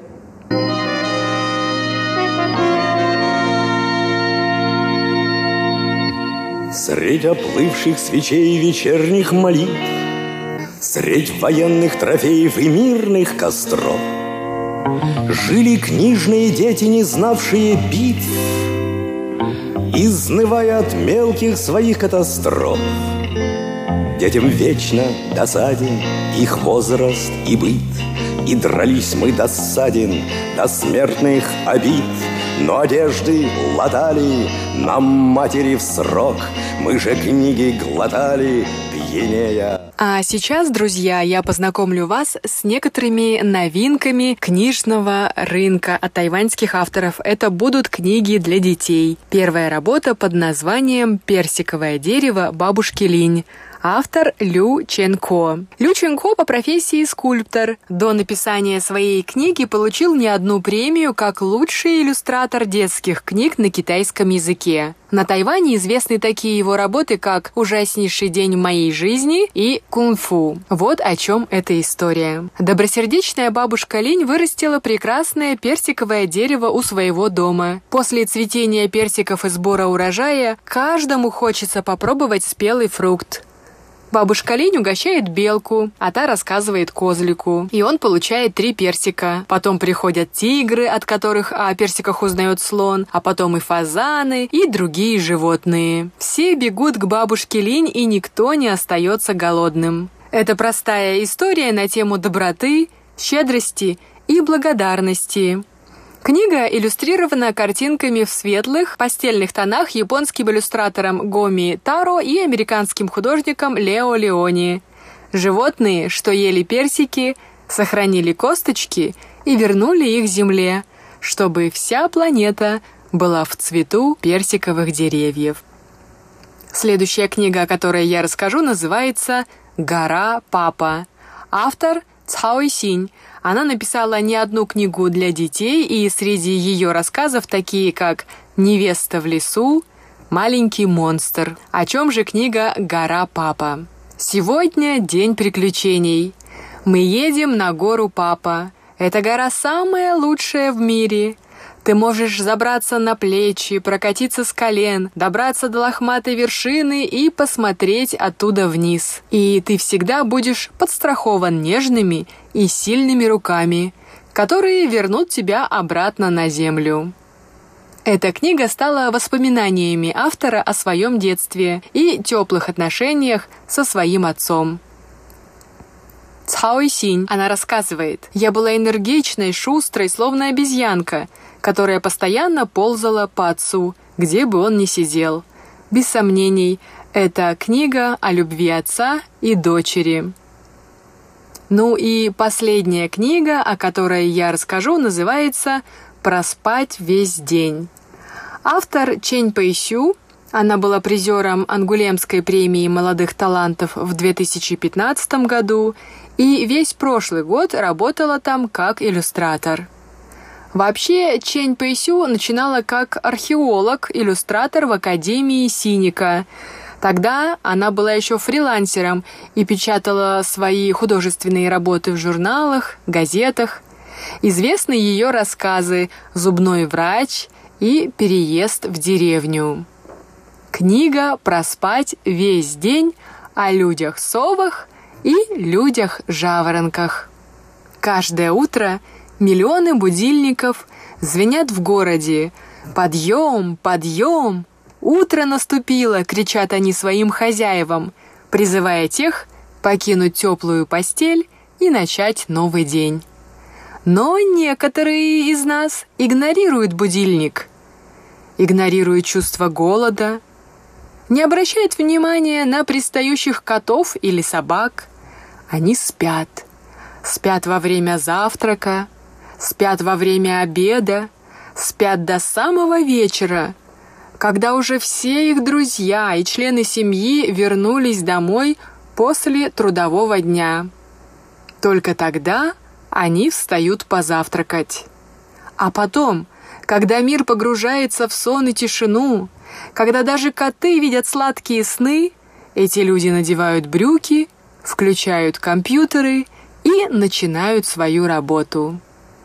Средь оплывших свечей вечерних молитв, средь военных трофеев и мирных костров жили книжные дети, не знавшие битв, изнывая от мелких своих катастроф. Детям вечно досаден их возраст и быт, и дрались мы досаден до смертных обид. Но одежды латали нам матери в срок, мы же книги глотали, пьянея. А сейчас, друзья, я познакомлю вас с некоторыми новинками книжного рынка от тайваньских авторов. Это будут книги для детей. Первая работа под названием «Персиковое дерево бабушки Линь». Автор Лю Чен-ко. Лю Чен-ко по профессии скульптор. До написания своей книги получил не одну премию как лучший иллюстратор детских книг на китайском языке. На Тайване известны такие его работы, как «Ужаснейший день в моей жизни» и «Кунг-фу». Вот о чем эта история. Добросердечная бабушка Линь вырастила прекрасное персиковое дерево у своего дома. После цветения персиков и сбора урожая каждому хочется попробовать спелый фрукт. Бабушка Линь угощает белку, а та рассказывает козлику, и он получает 3 персика. Потом приходят тигры, от которых о персиках узнает слон, а потом и фазаны, и другие животные. Все бегут к бабушке Линь, и никто не остается голодным. Это простая история на тему доброты, щедрости и благодарности. Книга иллюстрирована картинками в светлых, пастельных тонах японским иллюстратором Гоми Таро и американским художником Лео Леони. Животные, что ели персики, сохранили косточки и вернули их земле, чтобы вся планета была в цвету персиковых деревьев. Следующая книга, о которой я расскажу, называется «Гора Папа». Автор Цао Синь. Она написала не одну книгу для детей, и среди ее рассказов такие, как «Невеста в лесу», «Маленький монстр». О чем же книга «Гора Папа»? Сегодня день приключений. Мы едем на гору Папа. Эта гора самая лучшая в мире. Ты можешь забраться на плечи, прокатиться с колен, добраться до лохматой вершины и посмотреть оттуда вниз. И ты всегда будешь подстрахован нежными и сильными руками, которые вернут тебя обратно на землю. Эта книга стала воспоминаниями автора о своем детстве и теплых отношениях со своим отцом. Цао Синь, она рассказывает: «Я была энергичной, шустрой, словно обезьянка, которая постоянно ползала по отцу, где бы он ни сидел. Без сомнений, это книга о любви отца и дочери». Ну и последняя книга, о которой я расскажу, называется «Проспать весь день». Автор Чэнь Пэйсю. Она была призером Ангулемской премии молодых талантов в 2015 году и весь прошлый год работала там как иллюстратор. Вообще, Чэнь Пэйсю начинала как археолог, иллюстратор в Академии Синика. Тогда она была еще фрилансером и печатала свои художественные работы в журналах, газетах. Известны ее рассказы «Зубной врач» и «Переезд в деревню». Книга «Проспать весь день» о людях-совах и людях-жаворонках. Каждое утро миллионы будильников звенят в городе. «Подъем! Подъем! Утро наступило!» — кричат они своим хозяевам, призывая тех покинуть теплую постель и начать новый день. Но некоторые из нас игнорируют будильник, игнорируют чувство голода, не обращают внимания на пристающих котов или собак. Они спят. Спят во время завтрака, спят во время обеда, спят до самого вечера, когда уже все их друзья и члены семьи вернулись домой после трудового дня. Только тогда они встают позавтракать. А потом, когда мир погружается в сон и тишину, когда даже коты видят сладкие сны, эти люди надевают брюки, включают компьютеры и начинают свою работу.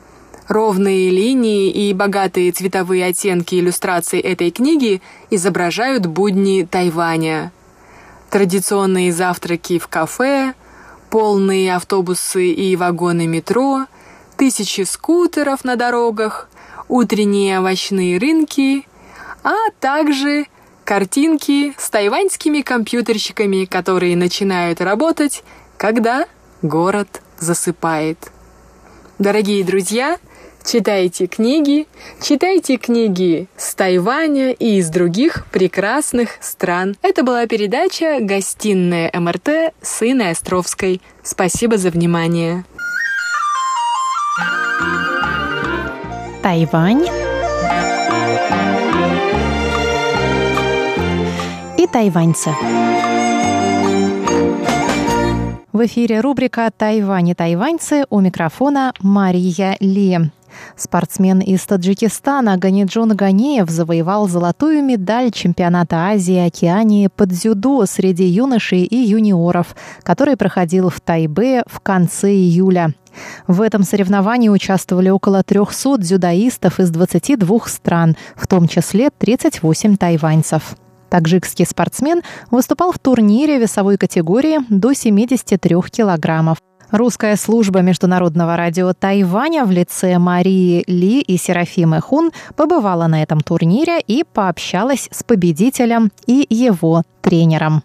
Ровные линии и богатые цветовые оттенки иллюстраций этой книги изображают будни Тайваня. Традиционные завтраки в кафе, полные автобусы и вагоны метро, тысячи скутеров на дорогах, утренние овощные рынки, а также картинки с тайваньскими компьютерщиками, которые начинают работать, когда город засыпает. Дорогие друзья, читайте книги с Тайваня и из других прекрасных стран. Это была передача «Гостиная МРТ» с Инной Островской. Спасибо за внимание. Тайвань и тайваньцы. В эфире рубрика «Тайвань и тайваньцы», у микрофона Мария Ли. Спортсмен из Таджикистана Ганиджон Ганеев завоевал золотую медаль чемпионата Азии и Океании по дзюдо среди юношей и юниоров, который проходил в Тайбе в конце июля. В этом соревновании участвовали около 300 дзюдоистов из 22 стран, в том числе 38 тайваньцев. Таджикский спортсмен выступал в турнире весовой категории до 73 килограммов. Русская служба Международного радио Тайваня в лице Марии Ли и Серафимы Хун побывала на этом турнире и пообщалась с победителем и его тренером.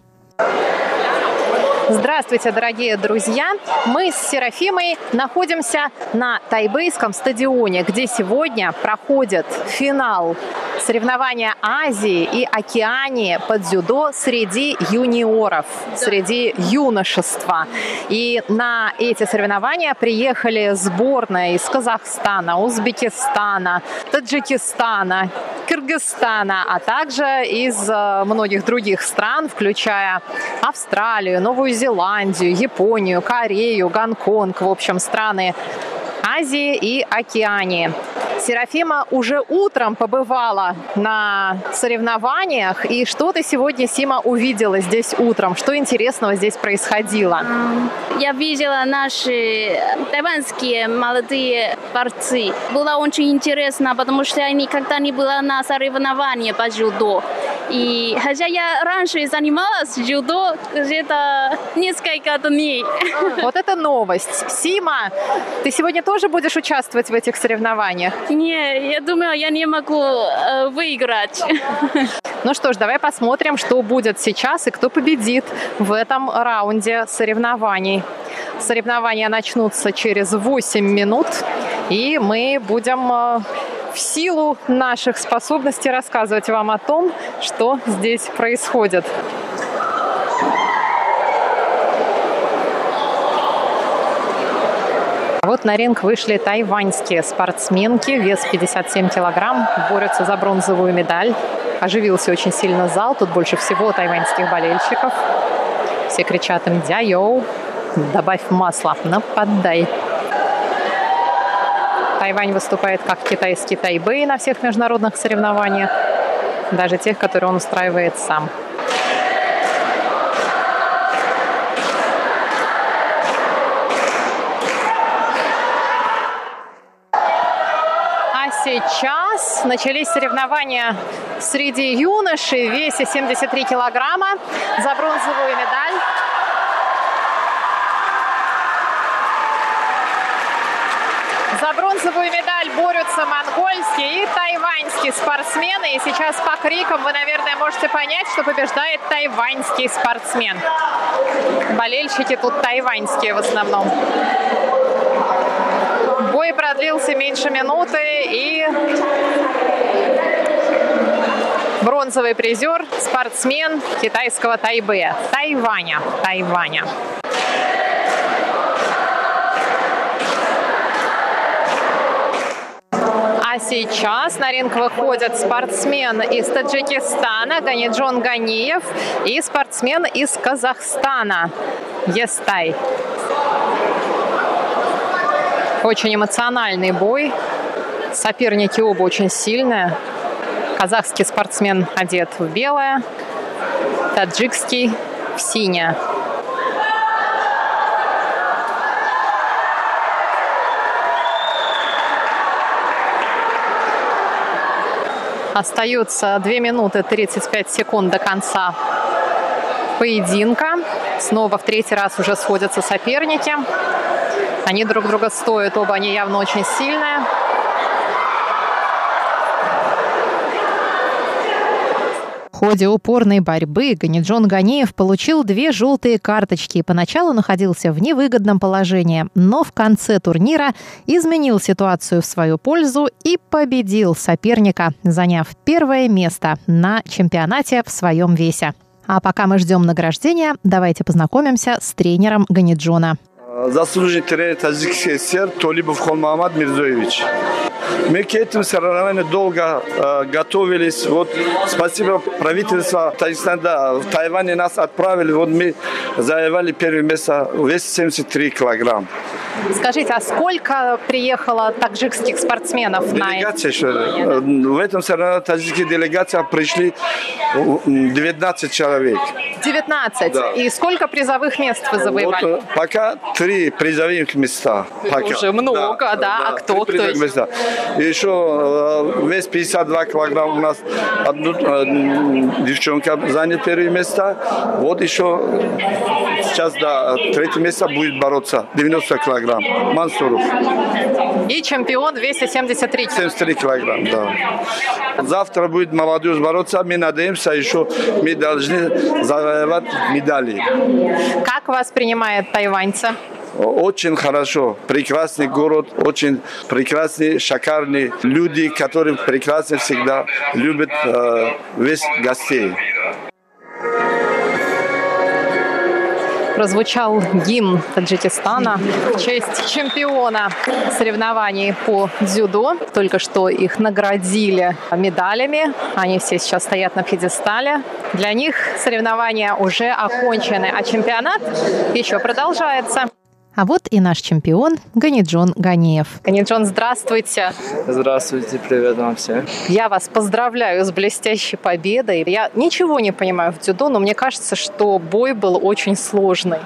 Здравствуйте, дорогие друзья! Мы с Серафимой находимся на тайбэйском стадионе, где сегодня проходит финал соревнования Азии и Океании по дзюдо среди юниоров, среди юношества. И на эти соревнования приехали сборные из Казахстана, Узбекистана, Таджикистана, Кыргызстана, а также из многих других стран, включая Австралию, Новую Зеландию, Японию, Корею, Гонконг, в общем, страны Азии и Океании. Серафима уже утром побывала на соревнованиях. И что ты сегодня, Сима, увидела здесь утром? Что интересного здесь происходило? Я видела наши тайваньские молодые борцы. Было очень интересно, потому что я никогда не была на соревновании по дзюдо. И хотя я раньше занималась дзюдо где-то несколько дней. Вот это новость. Сима, ты сегодня тоже будешь участвовать в этих соревнованиях? Не, я думаю, я не могу выиграть. Ну что ж, давай посмотрим, что будет сейчас и кто победит в этом раунде соревнований. Соревнования начнутся через 8 минут, и мы будем в силу наших способностей рассказывать вам о том, что здесь происходит. Вот на ринг вышли тайваньские спортсменки, вес 57 килограмм, борются за бронзовую медаль. Оживился очень сильно зал, тут больше всего тайваньских болельщиков. Все кричат им «Дяйоу», «Добавь масла», «Нападай». Тайвань выступает как китайский Тайбэй на всех международных соревнованиях, даже тех, которые он устраивает сам. Сейчас начались соревнования среди юношей в весе 73 килограмма за бронзовую медаль. За бронзовую медаль борются монгольские и тайваньские спортсмены. И сейчас по крикам вы, наверное, можете понять, что побеждает тайваньский спортсмен. Болельщики тут тайваньские в основном. Бой продлился меньше минуты, и бронзовый призер – спортсмен китайского Тайбэя, Тайваня. А сейчас на ринг выходят спортсмен из Таджикистана Ганиджон Ганеев и спортсмен из Казахстана Естай. Очень эмоциональный бой. Соперники оба очень сильные. Казахский спортсмен одет в белое, таджикский в синее. Остаются 2 минуты 35 секунд до конца поединка. Снова в третий раз уже сходятся соперники. Они друг друга стоят, оба они явно очень сильные. В ходе упорной борьбы Ганиджон Ганеев получил 2 желтые карточки и поначалу находился в невыгодном положении, но в конце турнира изменил ситуацию в свою пользу и победил соперника, заняв 1-е место на чемпионате в своем весе. А пока мы ждем награждения, давайте познакомимся с тренером Ганиджона. Заслуженный тренер Таджикской ССР Толибов Холмамад Мирзоевич. Мы к этим соревнованиям долго готовились. Вот спасибо правительству Таджикистана. В Тайване нас отправили. Вот мы завоевали первое место, вес 73 килограмм. Скажите, а сколько приехало таджикских спортсменов делегация, в этом соревновании таджикские делегации пришли 19 человек. 19? Да. И сколько призовых мест вы завоевали? Вот, пока 3 призовых места. Это уже много, да. А кто еще? Места. Еще вес 52 килограмма у нас одну девчонка заняла первое место. Вот еще сейчас третье место будет бороться. 90 килограмм. Мансуров. И чемпион в весе 73 килограмма. 73 килограмм, да. Завтра будет молодежь бороться. Мы надеемся, еще мы должны завоевать медали. Как вас принимают тайваньцы? Очень хорошо. Прекрасный город, очень прекрасные, шикарные люди, которые прекрасно всегда любят весь гостей. Прозвучал гимн Таджикистана в честь чемпиона соревнований по дзюдо. Только что их наградили медалями. Они все сейчас стоят на пьедестале. Для них соревнования уже окончены, а чемпионат еще продолжается. А вот и наш чемпион Ганиджон Ганиев. Ганиджон, здравствуйте. Здравствуйте, привет вам всем. Я вас поздравляю с блестящей победой. Я ничего не понимаю в дзюдо, но мне кажется, что бой был очень сложный.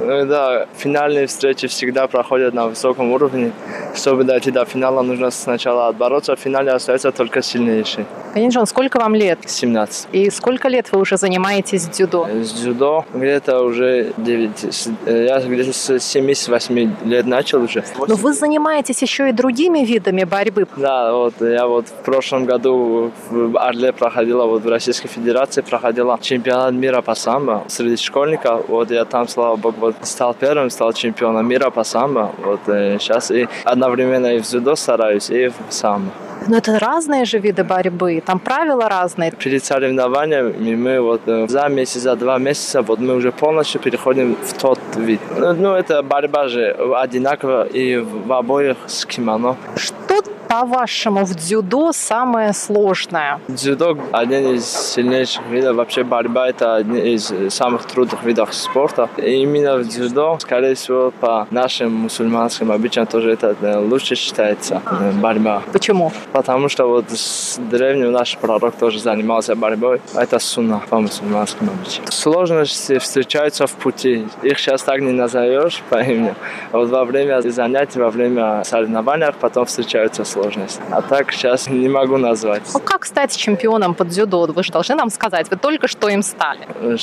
Да, финальные встречи всегда проходят на высоком уровне. Чтобы дойти до финала, нужно сначала отбороться, а в финале остается только сильнейший. Ганиджон, сколько вам лет? 17. И сколько лет вы уже занимаетесь дзюдо? С дзюдо где-то уже 9. Я где-то с 7-8 лет начал уже. Но вы занимаетесь еще и другими видами борьбы. Да, вот я в прошлом году в Орле проходила, в Российской Федерации проходила чемпионат мира по самбо среди школьников. Вот я там, слава богу, стал первым, стал чемпионом мира по самбо. Вот сейчас и одновременно и в дзюдо стараюсь, и в самбо. Но это разные же виды борьбы, там правила разные. Перед соревнованиями мы за месяц, за 2 месяца мы уже полностью переходим в тот вид. Это борьба же одинаковая и в обоих с кимоно. Что, по-вашему, в дзюдо самое сложное? Дзюдо один из сильнейших видов. Вообще борьба это один из самых трудных видов спорта. И именно в дзюдо, скорее всего, по нашим мусульманским обычаям тоже это лучше считается борьба. Почему? Потому что с древнего наш пророк тоже занимался борьбой. Это сунна по мусульманским обычаям. Сложности встречаются в пути. Их сейчас так не назовешь по имени. Во время занятий, во время соревнований потом встречаются сложности. А так сейчас не могу назвать. Как стать чемпионом по дзюдо? Вы же должны нам сказать. Вы только что им стали.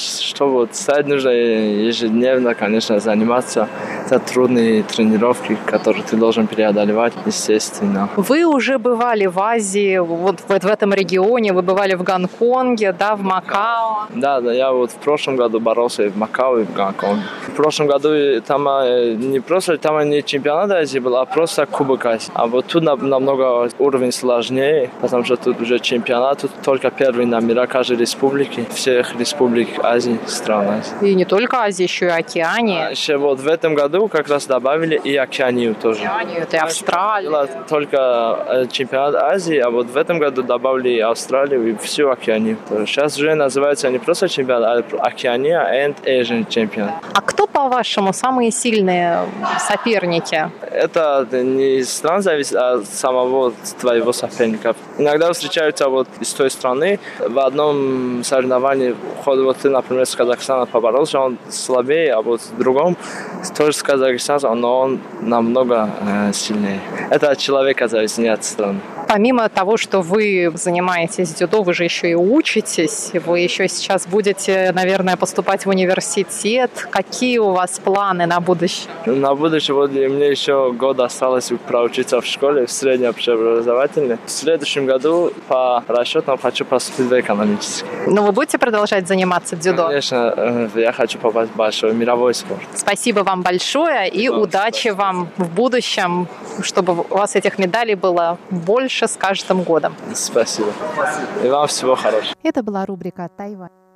Что стать нужно ежедневно, конечно, заниматься. Это трудные тренировки, которые ты должен преодолевать, естественно. Вы уже бывали в Азии, в этом регионе, вы бывали в Гонконге, да, в Макао. Да, я в прошлом году боролся и в Макао, и в Гонконге. В прошлом году там не чемпионат Азии был, а просто Кубок Азии. А тут намного уровень сложнее, потому что тут уже чемпионат, тут только первый номера каждой республики, всех республик Азии, стран Азии. И не только Азии, еще и Океания. Еще в этом году как раз добавили и Океанию тоже. Океанию, это и Австралия. Была только чемпионат Азии, а в этом году добавили и Австралию, и всю Океанию. Сейчас уже называется не просто чемпионат, а Океания and Asian Champion. А кто, по-вашему, самые сильные соперники? Это не из стран зависит, а от самого твоего соперника. Иногда встречаются из той страны. В одном соревновании, ты, например, с Казахстаном поборолся, он слабее, а в другом тоже с Казахстаном, но он намного сильнее. Это от человека зависит, не от страны. Помимо того, что вы занимаетесь дзюдо, вы же еще и учитесь. Вы еще сейчас будете, наверное, поступать в университет. Какие у вас планы на будущее? На будущее мне еще год осталось проучиться в школе, в средней общеобразовательной. В следующем году по расчетам хочу поступить в экономический. Но вы будете продолжать заниматься дзюдо? Конечно, я хочу попасть в большой мировой спорт. Спасибо вам большое и удачи вам в будущем, чтобы у вас этих медалей было больше с каждым годом. Спасибо. И вам всего хорошего. Это была рубрика «Тайвань».